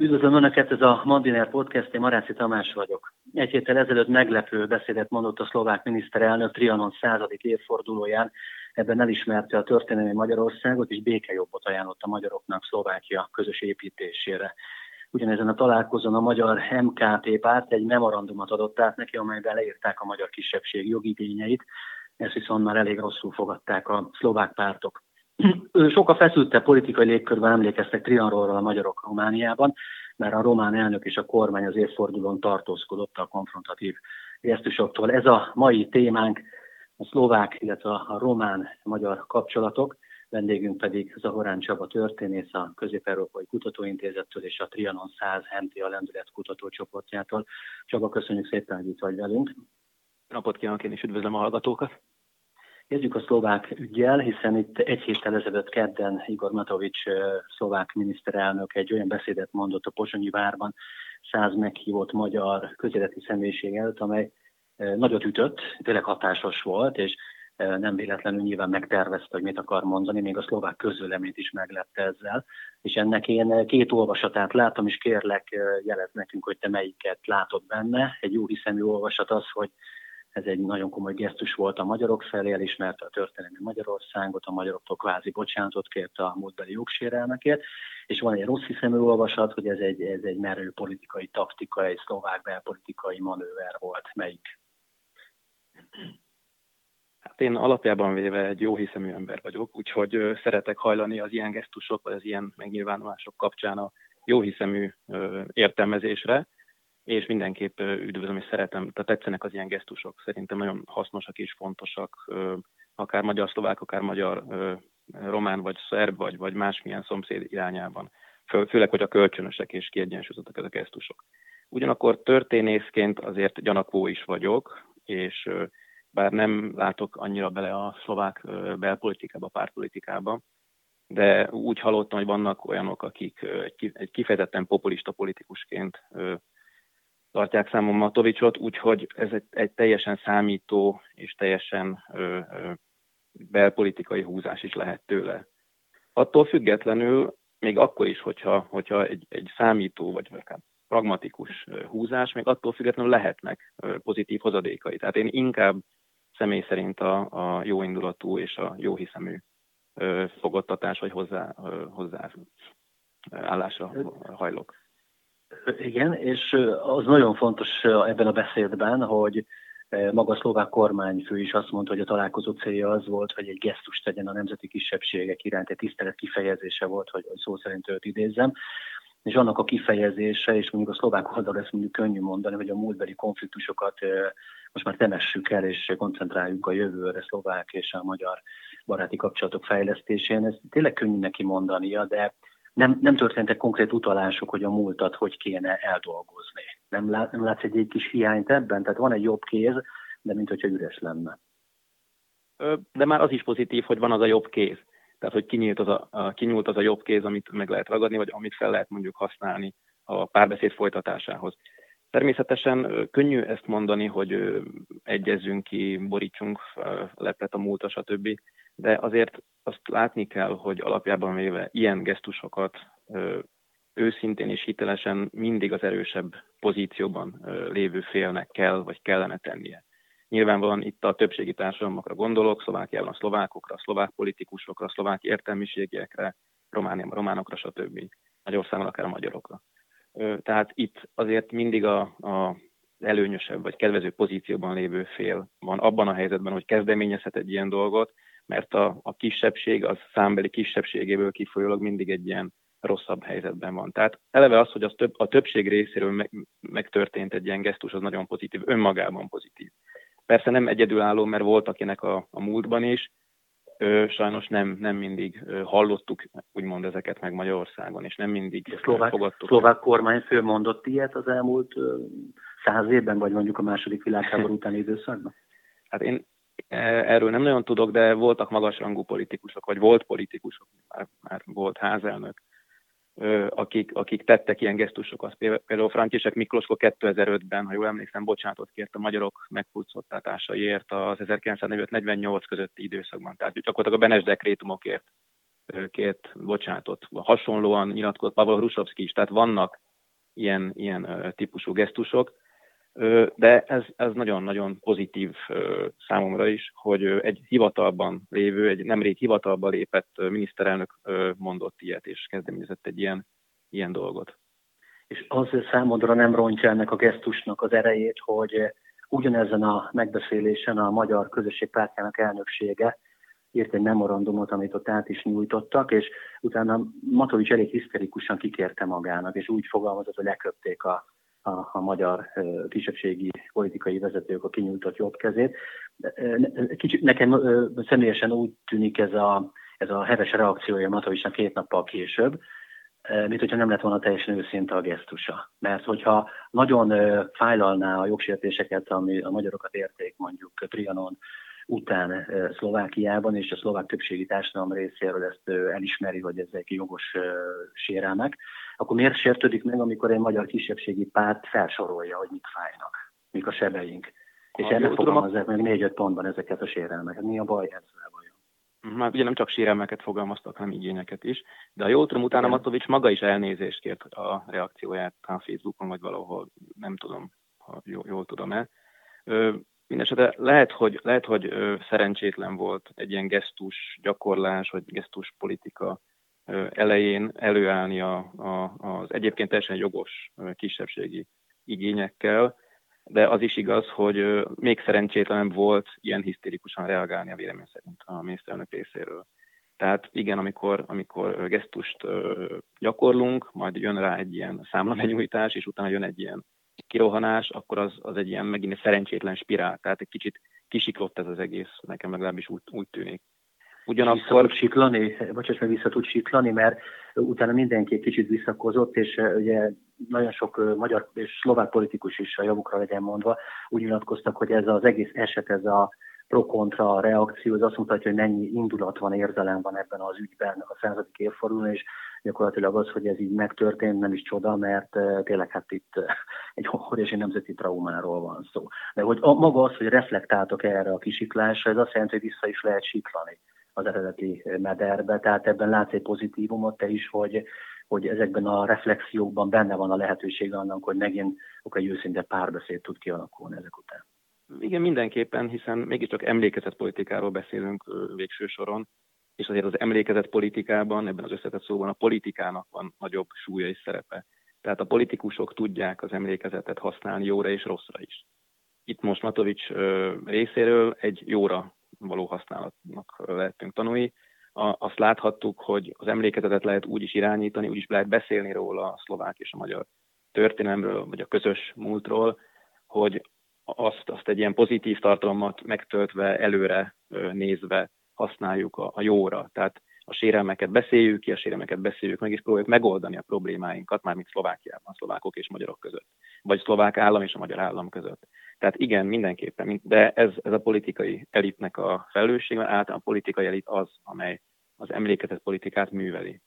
Üdvözlöm Önöket, ez a Mandiner Podcast, én Maráci Tamás vagyok. Egy héttel ezelőtt meglepő beszédet mondott a szlovák miniszterelnök Trianon 100. évfordulóján. Ebben elismerte a történelmi Magyarországot, és békejobbot ajánlott a magyaroknak Szlovákia közös építésére. Ugyanezen a találkozón a magyar MKP párt egy memorandumot adott át neki, amelyben leírták a magyar kisebbség jogigényeit. Ezt viszont már elég rosszul fogadták a szlovák pártok. Sokkal feszültebb politikai légkörben emlékeztek Trianonról a magyarok Romániában, mert a román elnök és a kormány az évfordulón tartózkodott a konfrontatív gesztusoktól. Ez a mai témánk, a szlovák, illetve a román-magyar kapcsolatok. Vendégünk pedig Zahorán Csaba történész, a Közép-Európai Kutatóintézettől és a Trianon 100 MTA lendület kutatócsoportjától. Csaba, köszönjük szépen, hogy itt vagy velünk. Napot kívánok, én is üdvözlöm a hallgatókat. Kezdjük a szlovák üggyel, hiszen itt egy héttel ezelőtt kedden Igor Matovics szlovák miniszterelnök egy olyan beszédet mondott a Pozsonyi várban 100 meghívott magyar közéleti személyiség előtt, amely nagyot ütött, tényleg hatásos volt, és nem véletlenül nyilván megtervezte, hogy mit akar mondani, még a szlovák közvéleményt is meglepte ezzel. És ennek én 2 olvasatát láttam, és kérlek, jelezd nekünk, hogy te melyiket látod benne. Egy jó hiszemű olvasat az, hogy ez egy nagyon komoly gesztus volt a magyarok felé, elismerte a történelmi Magyarországot, a magyaroktól kvázi bocsánatot kérte a múltbeli jogsérelmekért, és van egy rossz hiszemű olvasat, hogy ez egy merő politikai taktika, egy szlovák belpolitikai manőver volt. Melyik? Hát én alapjában véve egy jó hiszemű ember vagyok, úgyhogy szeretek hajlani az ilyen gesztusok, vagy az ilyen megnyilvánulások kapcsán a jó hiszemű értelmezésre, és mindenképp üdvözlöm és szeretem, tehát tetszenek az ilyen gesztusok, szerintem nagyon hasznosak és fontosak, akár magyar-szlovák, akár magyar-román, vagy szerb, vagy másmilyen szomszéd irányában. Főleg, hogy a kölcsönösek és kiegyensúlyozottak ezek a gesztusok. Ugyanakkor történészként azért gyanakvó is vagyok, és bár nem látok annyira bele a szlovák belpolitikába, pártpolitikába, de úgy hallottam, hogy vannak olyanok, akik egy kifejezetten populista politikusként tartják számon Matovicsot, úgyhogy ez egy teljesen számító és teljesen belpolitikai húzás is lehet tőle. Attól függetlenül, még akkor is, hogyha egy számító vagy akár pragmatikus húzás, még attól függetlenül lehetnek pozitív hozadékai. Tehát én inkább személy szerint a jó indulatú és a jó hiszemű fogadtatás vagy hozzáállásra hajlok. Igen, és az nagyon fontos ebben a beszédben, hogy maga a szlovák kormányfő is azt mondta, hogy a találkozó célja az volt, hogy egy gesztust tegyen a nemzeti kisebbségek iránt, egy tisztelet kifejezése volt, hogy szó szerint őt idézzem. És annak a kifejezése, és mondjuk a szlovák oldalra ezt mondjuk könnyű mondani, hogy a múltbeli konfliktusokat most már temessük el, és koncentráljunk a jövőre, szlovák és a magyar baráti kapcsolatok fejlesztésén. Ez tényleg könnyű neki mondania, de nem történtek konkrét utalások, hogy a múltat hogy kéne eldolgozni. Nem látsz egy kis hiányt ebben? Tehát van egy jobb kéz, de mint hogyha üres lenne. De már az is pozitív, hogy van az a jobb kéz. Tehát, hogy kinyúlt az a jobb kéz, amit meg lehet ragadni, vagy amit fel lehet mondjuk használni a párbeszéd folytatásához. Természetesen könnyű ezt mondani, hogy egyezzünk ki, borítsunk leplet a múltra, stb. De azért azt látni kell, hogy alapjában véve ilyen gesztusokat őszintén és hitelesen mindig az erősebb pozícióban lévő félnek kell, vagy kellene tennie. Nyilvánvalóan itt a többségi társadalmakra gondolok, Szlovákiában a szlovákokra, a szlovák politikusokra, a szlovák értelmiségiekre, Romániában a románokra, stb. Magyarországon akár a magyarokra. Tehát itt azért mindig az előnyösebb vagy kedvező pozícióban lévő fél van abban a helyzetben, hogy kezdeményezhet egy ilyen dolgot, mert a kisebbség, az számbeli kisebbségéből kifolyólag mindig egy ilyen rosszabb helyzetben van. Tehát eleve az, hogy a többség részéről megtörtént egy ilyen gesztus, az nagyon pozitív, önmagában pozitív. Persze nem egyedülálló, mert volt akinek a múltban is, sajnos nem mindig hallottuk úgymond ezeket meg Magyarországon, és nem mindig fogadtuk. Szlovák kormányfő mondott ilyet az elmúlt 100 évben, vagy mondjuk a második világháború utáni időszakban? Hát én erről nem nagyon tudok, de voltak magasrangú politikusok, vagy volt politikusok, már volt házelnök, akik tettek ilyen gesztusokat. Például František Miklosko 2005-ben, ha jól emlékszem, bocsánatot kért a magyarok megpusztításaiért az 1948 közötti időszakban. Tehát gyakorlatilag a Benes dekrétumokért kért bocsánatot. Hasonlóan nyilatkozott Pavel Hrusovszky is. Tehát vannak ilyen típusú gesztusok. De ez nagyon-nagyon pozitív számomra is, hogy egy hivatalban lévő, egy nemrég hivatalba lépett miniszterelnök mondott ilyet, és kezdeményezett egy ilyen dolgot. És az számodra nem rontja ennek a gesztusnak az erejét, hogy ugyanezen a megbeszélésen a Magyar Közösség Pártjának elnöksége írt egy memorandumot, amit ott át is nyújtottak, és utána Matovics elég hiszterikusan kikérte magának, és úgy fogalmazott, hogy leköpték a magyar kisebbségi politikai vezetők a kinyújtott jobb kezét. Kicsit nekem személyesen úgy tűnik ez a heves reakciója Matovicsnak 2 nappal később, mint hogyha nem lett volna teljesen őszinte a gesztusa. Mert hogyha nagyon fájlalná a jogsértéseket, ami a magyarokat érték mondjuk Trianon után Szlovákiában, és a szlovák többségi társadalom részéről ezt elismeri, hogy ezek jogos sérelmek, akkor miért sértődik meg, amikor egy magyar kisebbségi párt felsorolja, hogy mik fájnak, mik a sebeink. És ennek fogalmazzák meg 4-5 pontban ezeket a sérelmeket. Mi a baj ezzel vajon? Már ugye nem csak sérelmeket fogalmaztak, hanem igényeket is, de ha jól tudom, utána Matovics maga is elnézést kért a reakcióját a Facebookon, vagy valahol, nem tudom, ha jól tudom-e. Mindenesetre lehet, hogy szerencsétlen volt egy ilyen gesztus gyakorlás, vagy gesztus politika elején előállni az egyébként teljesen jogos kisebbségi igényekkel, de az is igaz, hogy még szerencsétlenebb volt ilyen hisztérikusan reagálni a vélemény szerint a miniszterelnök részéről. Tehát igen, amikor gesztust gyakorlunk, majd jön rá egy ilyen számlabenyújtás, és utána jön egy ilyen kirohanás, akkor az egy ilyen megint egy szerencsétlen spirál. Tehát egy kicsit kisiklott ez az egész, nekem legalábbis úgy tűnik. Ugyanakkor vissza tud siklani, mert utána mindenki egy kicsit visszakozott, és ugye nagyon sok magyar és szlovák politikus is, a javukra legyen mondva, úgy nyilatkoztak, hogy ez az egész eset, ez a pro-kontra reakció, az azt mutatja, hogy mennyi indulat van, érzelem van ebben az ügyben a 100. évfordulón, és gyakorlatilag az, hogy ez így megtörtént, nem is csoda, mert tényleg hát itt egy óriási nemzeti traumáról van szó. De hogy maga az, hogy reflektáltok erre a kisiklásra, ez azt jelenti, hogy vissza is lehet siklani az eredeti mederbe, tehát ebben látsz egy pozitívumot te is, hogy ezekben a reflexiókban benne van a lehetőség annak, hogy megint egy őszinte párbeszéd tud kialakulni ezek után. Igen, mindenképpen, hiszen mégiscsak emlékezetpolitikáról beszélünk végső soron, és azért az emlékezetpolitikában, ebben az összetett szóban a politikának van nagyobb súlya és szerepe. Tehát a politikusok tudják az emlékezetet használni jóra és rosszra is. Itt most Matovics részéről egy jóra való használatnak lehetünk tanulni. Azt láthattuk, hogy az emlékezetet lehet úgy is irányítani, úgy is lehet beszélni róla a szlovák és a magyar történelemről, vagy a közös múltról, hogy azt egy ilyen pozitív tartalmat megtöltve, előre nézve használjuk a jóra. Tehát a sérelmeket beszéljük ki, a sérelmeket beszéljük meg, és próbáljuk megoldani a problémáinkat, mármint Szlovákiában, szlovákok és magyarok között, vagy szlovák állam és a magyar állam között. Tehát igen, mindenképpen, de ez a politikai elitnek a felelőssége, mert általán a politikai elit az, amely az emlékezetpolitikát műveli.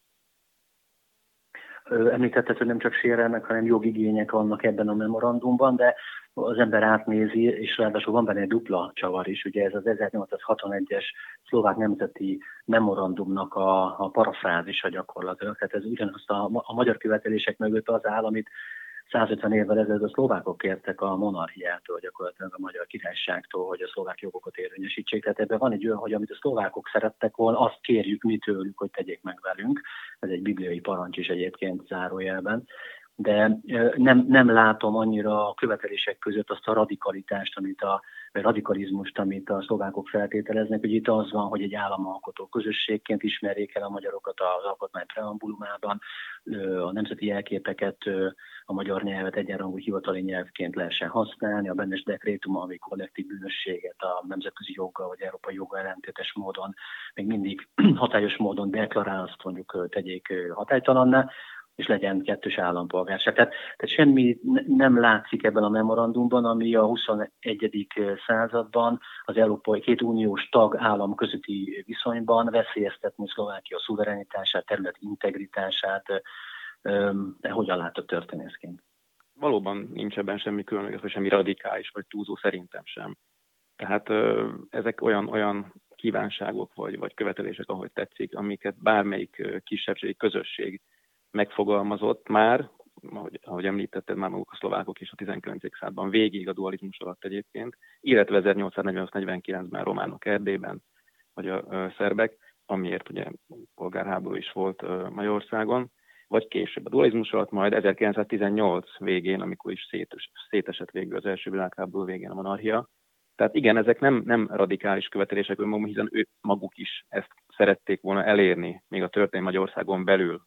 Említetted, hogy nem csak sérelmek, hanem jogigények vannak ebben a memorandumban, de az ember átnézi, és ráadásul van benne egy dupla csavar is, ugye ez az 1861-es szlovák nemzeti memorandumnak a parafrázisa gyakorlatilag. Tehát ez ugyanazt a magyar követelések mögött az áll, amit 150 évvel ezelőtt a szlovákok kértek a monarchiától, gyakorlatilag a magyar királyságtól, hogy a szlovák jogokat érvényesítsék. Tehát ebben van egy olyan, hogy amit a szlovákok szerettek volna, azt kérjük mi tőlük, hogy tegyék meg velünk. Ez egy bibliai parancs is egyébként zárójelben. De nem látom annyira a követelések között azt a radikalitást, radikalizmust, amit a szlovákok feltételeznek, hogy itt az van, hogy egy államalkotó közösségként ismerjék el a magyarokat az alkotmány preambulumában, a nemzeti jelképeket, a magyar nyelvet egyenrangú hivatali nyelvként lehessen használni, a bennes dekrétum, ami kollektív bűnösséget a nemzetközi joggal vagy európai joggal ellentétes módon, még mindig hatályos módon deklarál, azt mondjuk tegyék hatálytalanná, és legyen kettős állampolgárság. Tehát semmi nem látszik ebben a memorandumban, ami a 21. században az európai 2 uniós tagállam közötti viszonyban veszélyeztetni Szlovákia szuverenitását, terület integritását. Hogyan látod történészként? Valóban nincs ebben semmi különleges, vagy semmi radikális, vagy túlzó, szerintem sem. Tehát ezek olyan kívánságok, vagy követelések, ahogy tetszik, amiket bármelyik kisebbségi közösség megfogalmazott már, ahogy említetted, már maguk a szlovákok is a 19. században végig a dualizmus alatt egyébként, illetve 1848-49-ben románok Erdélyben, vagy a szerbek, amiért ugye polgárháború is volt Magyarországon, vagy később a dualizmus alatt, majd 1918 végén, amikor is szétesett végül az első világháború végén a monarchia. Tehát igen, ezek nem radikális követelések önmagukban, hiszen ők maguk is ezt szerették volna elérni, még a történelmi Magyarországon belül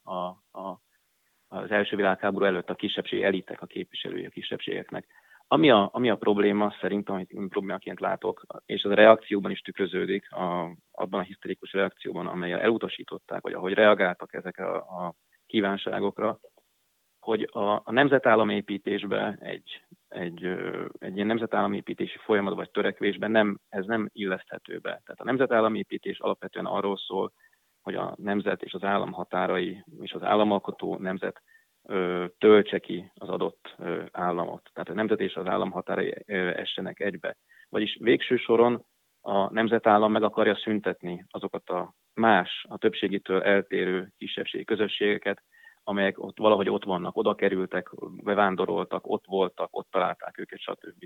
az első világháború előtt a kisebbségi elitek, a képviselői a kisebbségeknek. Ami a probléma szerintem, amit én problémaként látok, és az a reakcióban is tükröződik, abban a hiszterikus reakcióban, amellyel elutasították, vagy ahogy reagáltak ezekre a kívánságokra, hogy a nemzetállamépítésbe egy ilyen nemzetállamépítési folyamat vagy törekvésben ez nem illeszthető be. Tehát a nemzetállamépítés alapvetően arról szól, hogy a nemzet és az állam határai és az államalkotó nemzet töltse ki az adott államot. Tehát a nemzet és az állam határai essenek egybe. Vagyis végső soron a nemzetállam meg akarja szüntetni azokat a többségitől eltérő kisebbségi közösségeket, amelyek valahogy ott vannak, oda kerültek, bevándoroltak, ott voltak, ott találták őket, stb.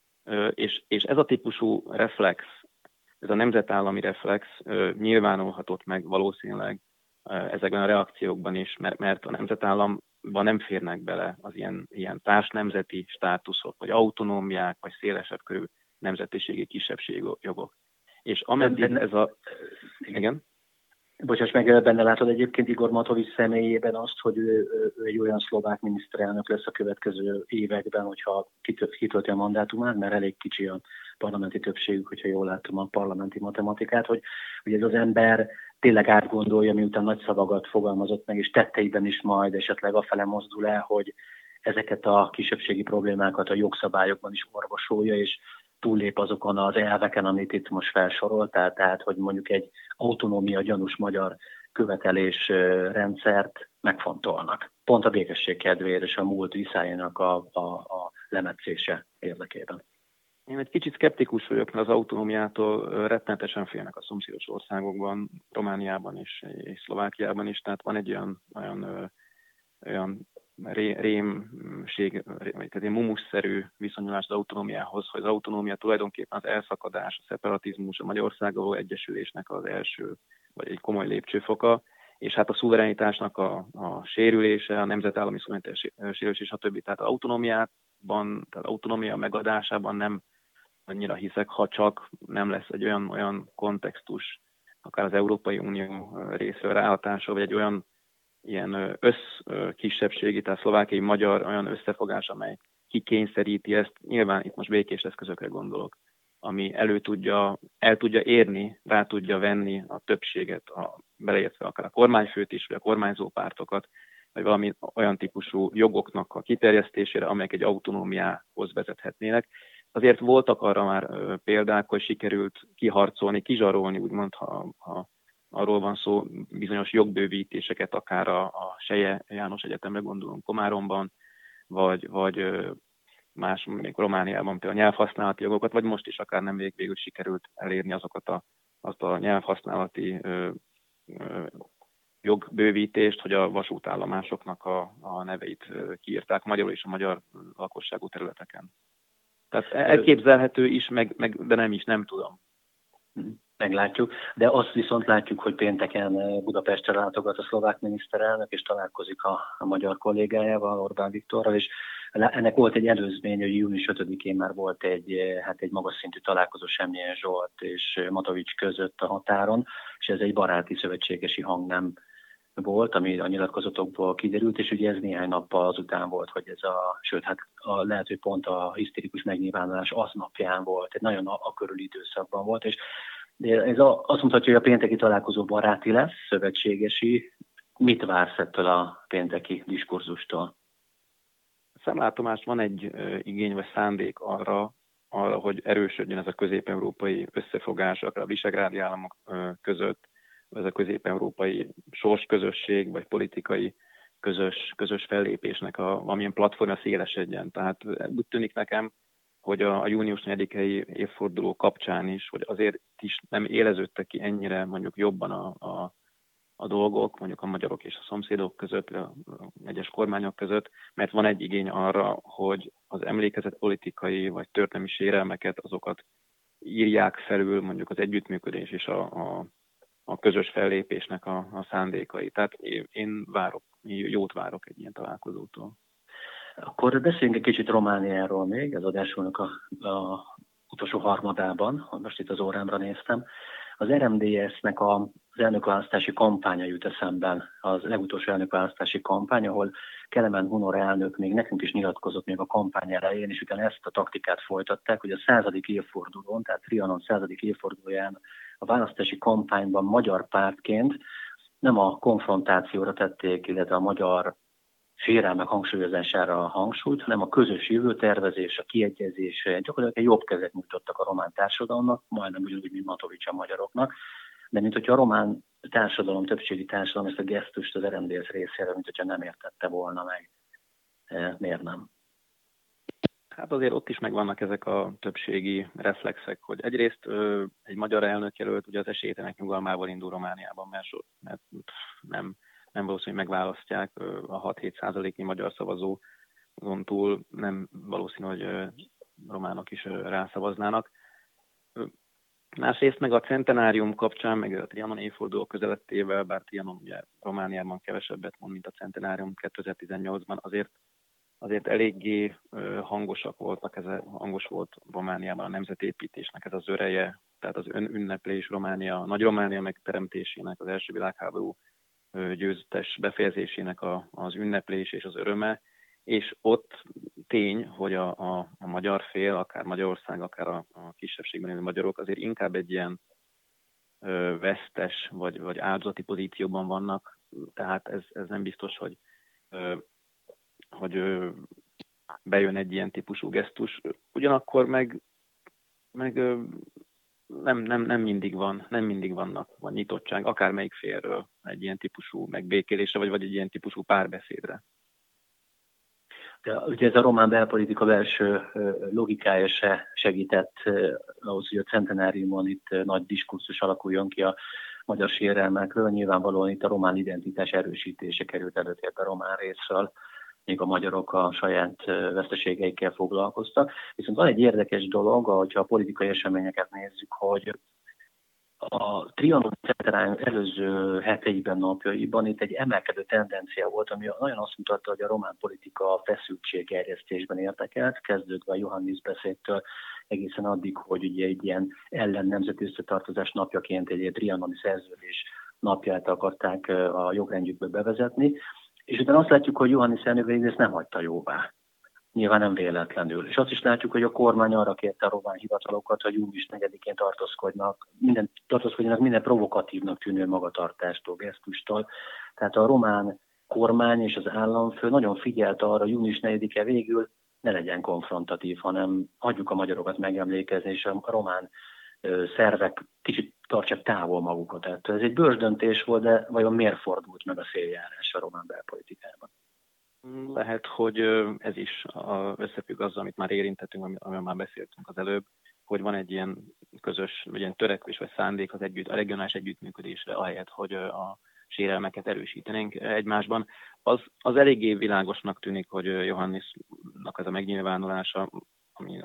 És ez a típusú reflex, ez a nemzetállami reflex nyilvánulhatott meg valószínűleg ezekben a reakciókban is, mert a nemzetállamban nem férnek bele az ilyen társnemzeti státuszok, vagy autonómiák, vagy szélesebb körű nemzetiségi kisebbségi jogok. És ameddig ez a... Igen? Bocsáss meg, benne látod egyébként Igor Matovics személyében azt, hogy ő egy olyan szlovák miniszterelnök lesz a következő években, hogyha kitölti a mandátumát, mert elég kicsi a parlamenti többségük, hogyha jól látom a parlamenti matematikát, hogy ez az ember tényleg átgondolja, miután nagy szavakat fogalmazott meg, és tetteiben is majd esetleg afele mozdul el, hogy ezeket a kisebbségi problémákat a jogszabályokban is orvosolja, és túllép azokon az elveken, amit itt most felsoroltál, tehát hogy mondjuk egy autonómia gyanús magyar követelés rendszert megfontolnak. Pont a békesség kedvéért és a múlt viszályának a lemetszése érdekében. Én egy kicsit szkeptikus vagyok, mert az autonómiától rettenetesen félnek a szomszédos országokban, Romániában és Szlovákiában is, tehát van egy olyan rémség, vagy egy mumusszerű viszonyulás az autonómiához, hogy az autonómia tulajdonképpen az elszakadás, a szeparatizmus, a Magyarországgal való egyesülésnek az első, vagy egy komoly lépcsőfoka, és hát a szuverenitásnak a sérülése, a nemzetállami szuverenitás sérülése, stb. Tehát az autonómia megadásában nem annyira hiszek, ha csak nem lesz egy olyan kontextus, akár az Európai Unió részről ráhatása, vagy egy olyan ilyen kisebbségi, tehát szlovákiai magyar olyan összefogás, amely kikényszeríti ezt, nyilván itt most békés eszközökre gondolok, ami el tudja érni, rá tudja venni a többséget, beleértve akár a kormányfőt is, vagy a kormányzó pártokat, vagy valami olyan típusú jogoknak a kiterjesztésére, amelyek egy autonómiához vezethetnének. Azért voltak arra már példák, hogy sikerült kiharcolni, kizsarolni, úgymond, ha arról van szó, bizonyos jogbővítéseket, akár a Seje János Egyetemre gondolunk Komáromban, vagy más, még Romániában például a nyelvhasználati jogokat, vagy most is akár nem végül sikerült elérni azt a nyelvhasználati jogbővítést, hogy a vasútállomásoknak a neveit kiírták magyarul és a magyar lakosságú területeken. Tehát elképzelhető is, de nem is, nem tudom. Meglátjuk, de azt viszont látjuk, hogy pénteken Budapestre látogat a szlovák miniszterelnök, és találkozik a magyar kollégájával, Orbán Viktorral, és ennek volt egy előzmény, hogy június 5-én már volt egy magas szintű találkozó Semjén Zsolt és Matovics között a határon, és ez egy baráti szövetségesi hangnem volt, ami a nyilatkozatokból kiderült, és ugye ez néhány nappal azután volt, hogy lehet, hogy pont a hiszterikus megnyilvánulás aznapján volt, egy nagyon körüli időszakban volt, és ez azt mutatja, hogy a pénteki találkozó baráti lesz, szövetségesi. Mit vársz ettől a pénteki diskurzustól? Szemlátomást van egy igény vagy szándék arra, hogy erősödjön ez a közép-európai összefogás, akár a visegrádi államok között, ez a közép-európai sorsközösség, vagy politikai közös fellépésnek valamilyen platformja szélesedjen. Tehát úgy tűnik nekem, hogy a június 4-i évforduló kapcsán is, hogy azért is nem éleződtek ki ennyire mondjuk jobban a dolgok, mondjuk a magyarok és a szomszédok között, a egyes kormányok között, mert van egy igény arra, hogy az emlékezetpolitikai vagy történelmi sérelmeket, azokat írják felül mondjuk az együttműködés és a közös fellépésnek a szándékai. Tehát én jót várok egy ilyen találkozótól. Akkor beszéljünk egy kicsit Romániáról még, az adásunknak a utolsó harmadában, most itt az órámra néztem. Az RMDSZ-nek az elnökválasztási kampánya jut eszemben, az legutolsó elnökválasztási kampány, ahol Kelemen Hunor elnök még nekünk is nyilatkozott még a kampány elején, és utána ezt a taktikát folytatták, hogy a 100. évfordulón, tehát Trianon 100. évfordulóján a választási kampányban magyar pártként nem a konfrontációra tették, illetve a magyar sérelmek hangsúlyozására a hangsúlyt, hanem a közös jövőtervezés, a kiegyezés, gyakorlatilag egy jobb kezet nyújtottak a román társadalomnak, majdnem ugyanúgy, mint Matovics a magyaroknak, de mint hogyha a román társadalom, többségi társadalom ezt a gesztust az RMDSZ részéről, mint hogyha nem értette volna meg. Miért nem? Hát azért ott is megvannak ezek a többségi reflexek, hogy egyrészt egy magyar elnökjelölt ugye az esélytelenek nyugalmával indul Romániában, mert nem valószínű, hogy megválasztják a 6-7%-nyi magyar szavazón túl, nem valószínű, hogy románok is rászavaznának. Másrészt meg a centenárium kapcsán, meg a Trianon évforduló közelettével, bár Trianon ugye Romániában kevesebbet mond, mint a centenárium 2018-ban, azért eléggé hangos volt Romániában a nemzetépítésnek ez az öreje, tehát az önünneplés Románia, Nagy Románia megteremtésének, az első világháború győztes befejezésének az ünneplés és az öröme, és ott tény, hogy a magyar fél, akár Magyarország, akár a kisebbségben élő magyarok azért inkább egy ilyen vesztes vagy áldozati pozícióban vannak, tehát ez nem biztos, hogy bejön egy ilyen típusú gesztus. Ugyanakkor meg nem mindig vannak nyitottság, akármelyik félről egy ilyen típusú megbékélésre, vagy egy ilyen típusú párbeszédre. De ugye ez a román belpolitika belső logikája se segített ahhoz, hogy a centenáriumon itt nagy diskurzus alakuljon ki a magyar sérelmekről. Nyilvánvalóan itt a román identitás erősítése került előtérbe a román részről, még a magyarok a saját veszteségeikkel foglalkoztak. Viszont van egy érdekes dolog, hogyha a politikai eseményeket nézzük, hogy a Trianon centenárium előző heteiben, napjaiban itt egy emelkedő tendencia volt, ami nagyon azt mutatta, hogy a román politika feszültséggerjesztésben érdekelt, kezdődve a Iohannis beszédtől egészen addig, hogy ugye egy ilyen ellen nemzeti összetartozás napjaként egy trianoni szerződés napját akarták a jogrendjükbe bevezetni, és utána azt látjuk, hogy Iohannis elnök végül ezt nem hagyta jóvá. Nyilván nem véletlenül. És azt is látjuk, hogy a kormány arra kérte a román hivatalokat, hogy június 4-én tartózkodjanak minden provokatívnak tűnő magatartástól, gesztustól. Tehát a román kormány és az államfő nagyon figyelt arra, hogy június 4-e végül ne legyen konfrontatív, hanem hagyjuk a magyarokat megemlékezni, és a román szervek kicsit tartsák távol magukat. Tehát ez egy bőrsdöntés volt, de vajon miért fordult meg a széljárás a román belpolitikában? Lehet, hogy ez is összefügg azzal, amit már érintettünk, amiről már beszéltünk az előbb, hogy van egy ilyen közös, vagy ilyen törekvés, vagy szándék a regionális együttműködésre, ahelyett, hogy a sérelmeket erősítenénk egymásban. Az eléggé világosnak tűnik, hogy Iohannisnak ez a megnyilvánulása, ami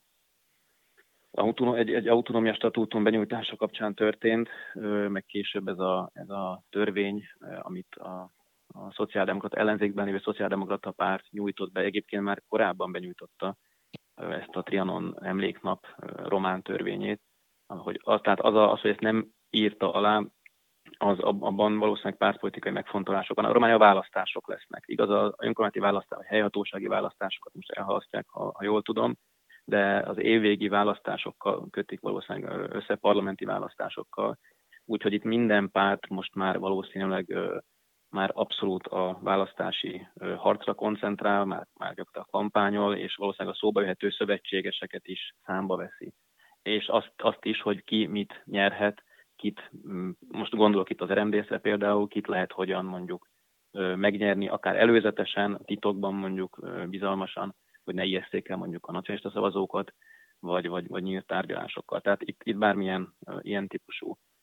egy autonómia statútum benyújtása kapcsán történt, meg később ez a törvény, amit a szociáldemokrata ellenzékben lévő szociáldemokrata párt nyújtott be, egyébként már korábban benyújtotta ezt a Trianon emléknap román törvényét, tehát hogy ezt nem írta alá, abban valószínűleg pártpolitikai megfontolások van. A Románia választások lesznek. Igaz, a önkormányzati választások, a helyhatósági választásokat most elhalasztják, ha jól tudom, de az évvégi választásokkal kötik valószínűleg össze parlamenti választásokkal. Úgyhogy itt minden párt most már valószínűleg már abszolút a választási harcra koncentrál, már gyakorlatilag kampányol, és valószínűleg a szóba jöhető szövetségeseket is számba veszi. És azt is, hogy ki mit nyerhet, most gondolok itt az RMDSZ-re például, kit lehet hogyan mondjuk megnyerni, akár előzetesen, titokban mondjuk bizalmasan, hogy ne ijesszék el mondjuk a nacionalista szavazókat, vagy nyílt tárgyalásokkal. Tehát itt bármilyen ilyen típusú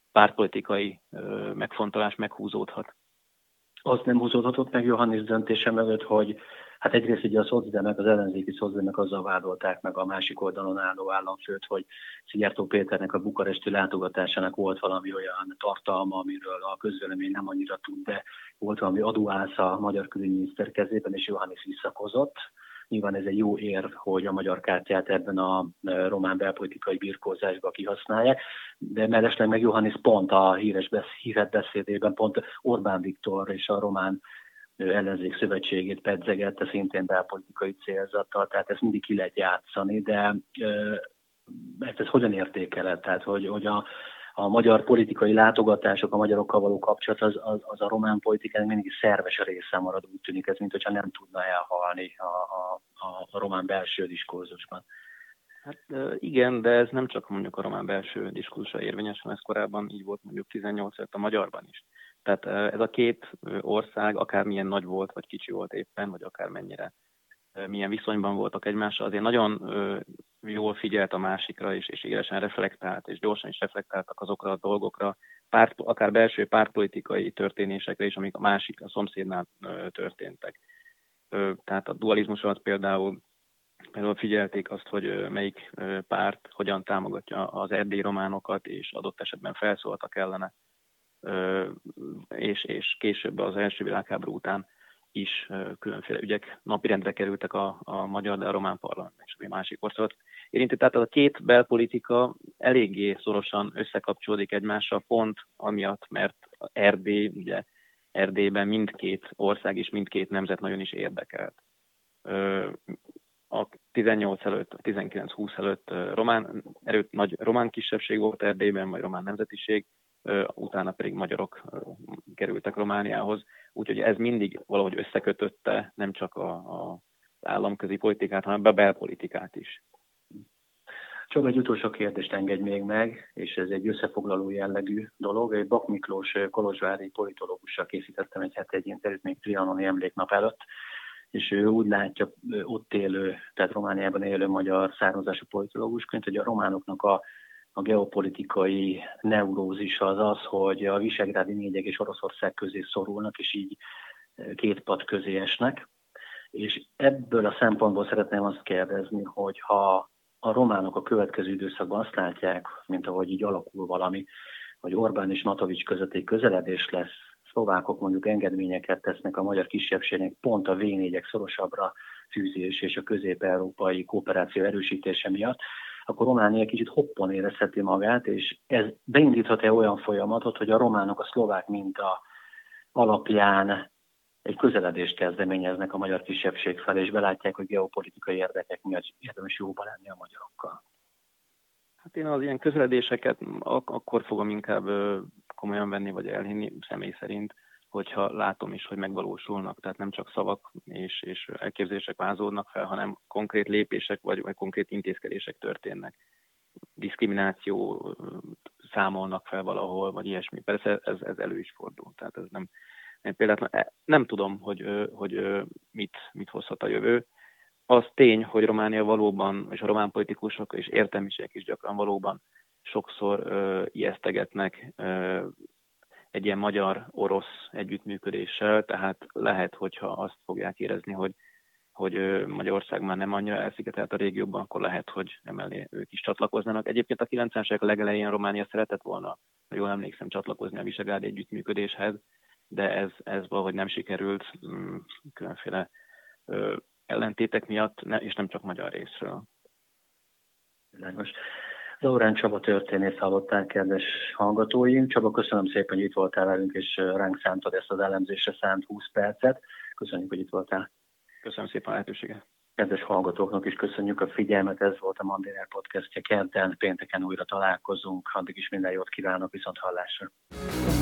pártpolitikai megfontolás meghúzódhat. Azt nem húzódhatott meg Iohannis döntése mögött, hogy hát egyrészt ugye a szocdemek, az ellenzéki szocdemek azzal vádolták meg a másik oldalon álló államfőt, hogy Szijjártó Péternek a bukaresti látogatásának volt valami olyan tartalma, amiről a közvélemény nem annyira tud, de volt valami adóász a magyar külügyminiszter kezében, és Iohannis visszakozott. Nyilván ez egy jó érv, hogy a magyar kártyát ebben a román belpolitikai birkózásban kihasználják, de mellesleg meg Iohannis pont a híres beszédében pont Orbán Viktor és a román ellenzék szövetségét pedzegette szintén belpolitikai célzattal, tehát ezt mindig ki lehet játszani, de ez hogyan értékeled? Tehát, hogy a magyar politikai látogatások, a magyarokkal való kapcsolat, az a román politikának mindig szerves része marad, úgy tűnik ez, mint hogyha nem tudna elhalni a román belső diskurzusban. Hát igen, de ez nem csak mondjuk a román belső diskurzusra érvényes, hanem ez korábban így volt mondjuk 18 előtt a magyarban is. Tehát ez a két ország akármilyen nagy volt, vagy kicsi volt éppen, vagy akármennyire milyen viszonyban voltak egymással, azért nagyon jól figyelt a másikra, és élesen reflektált, és gyorsan is reflektáltak azokra a dolgokra, akár belső pártpolitikai történésekre is, amik a szomszédnál történtek. Tehát a dualizmus alatt például figyelték azt, hogy melyik párt hogyan támogatja az erdélyi románokat, és adott esetben felszóltak ellene, és később az első világháború után is különféle ügyek napirendre kerültek a magyar, de a román parlamentben és a másik országot érinti. Tehát a két belpolitika eléggé szorosan összekapcsolódik egymással, pont amiatt, mert ugye Erdélyben mindkét ország és mindkét nemzet nagyon is érdekelt. A 18 előtt, a 19-20 előtt nagy román kisebbség volt Erdélyben, vagy román nemzetiség, utána pedig magyarok kerültek Romániához. Úgyhogy ez mindig valahogy összekötötte nem csak az államközi politikát, hanem a belpolitikát is. Csak egy utolsó kérdést engedj még meg, és ez egy összefoglaló jellegű dolog. Egy Bak Miklós kolozsvári politológussal készítettem egy interjút még trianoni emléknap előtt, és ő úgy látja ott élő, tehát Romániában élő magyar származású politológusként, hogy a románoknak a geopolitikai neurózis az, hogy a visegrádi négyek és Oroszország közé szorulnak, és így két pad közé esnek. És ebből a szempontból szeretném azt kérdezni, hogy ha a románok a következő időszakban azt látják, mint ahogy így alakul valami, hogy Orbán és Matovics között egy közeledés lesz, szlovákok mondjuk engedményeket tesznek a magyar kisebbségnek pont a V4-ek szorosabbra fűzés és a közép-európai kooperáció erősítése miatt, akkor Románia kicsit hoppon érezheti magát, és ez beindíthat-e olyan folyamatot, hogy a románok a szlovák minta alapján egy közeledést kezdeményeznek a magyar kisebbség felé, és belátják, hogy geopolitikai érdekek miatt érdemes jóba lenni a magyarokkal. Hát én az ilyen közeledéseket akkor fogom inkább komolyan venni, vagy elhinni személy szerint, hogyha látom is, hogy megvalósulnak. Tehát nem csak szavak és elképzelések vázódnak fel, hanem konkrét lépések vagy konkrét intézkedések történnek. Diszkrimináció számolnak fel valahol, vagy ilyesmi. Persze ez elő is fordul. Tehát ez például nem tudom, hogy mit hozhat a jövő. Az tény, hogy Románia valóban, és a román politikusok és értelmiségek is gyakran valóban sokszor ijesztegetnek egy ilyen magyar-orosz együttműködéssel, tehát lehet, hogyha azt fogják érezni, hogy Magyarország már nem annyira elszigetelt a régióban, akkor lehet, hogy emellé ők is csatlakoznának. Egyébként a 90-es évek legelején Románia szeretett volna, ha jól emlékszem, csatlakozni a visegrádi együttműködéshez, de ez valahogy nem sikerült különféle ellentétek miatt, és nem csak magyar részről. Világos. Zaurán Csaba történész hallották, kedves hallgatóink. Csaba, köszönöm szépen, hogy itt voltál velünk, és ránk szántad ezt az elemzésre szánt 20 percet. Köszönjük, hogy itt voltál. Köszönöm szépen a lehetőséget. Kedves hallgatóknak is köszönjük a figyelmet, ez volt a Mandiner podcastja. Kedden, pénteken újra találkozunk. Addig is minden jót kívánok, viszont hallásra.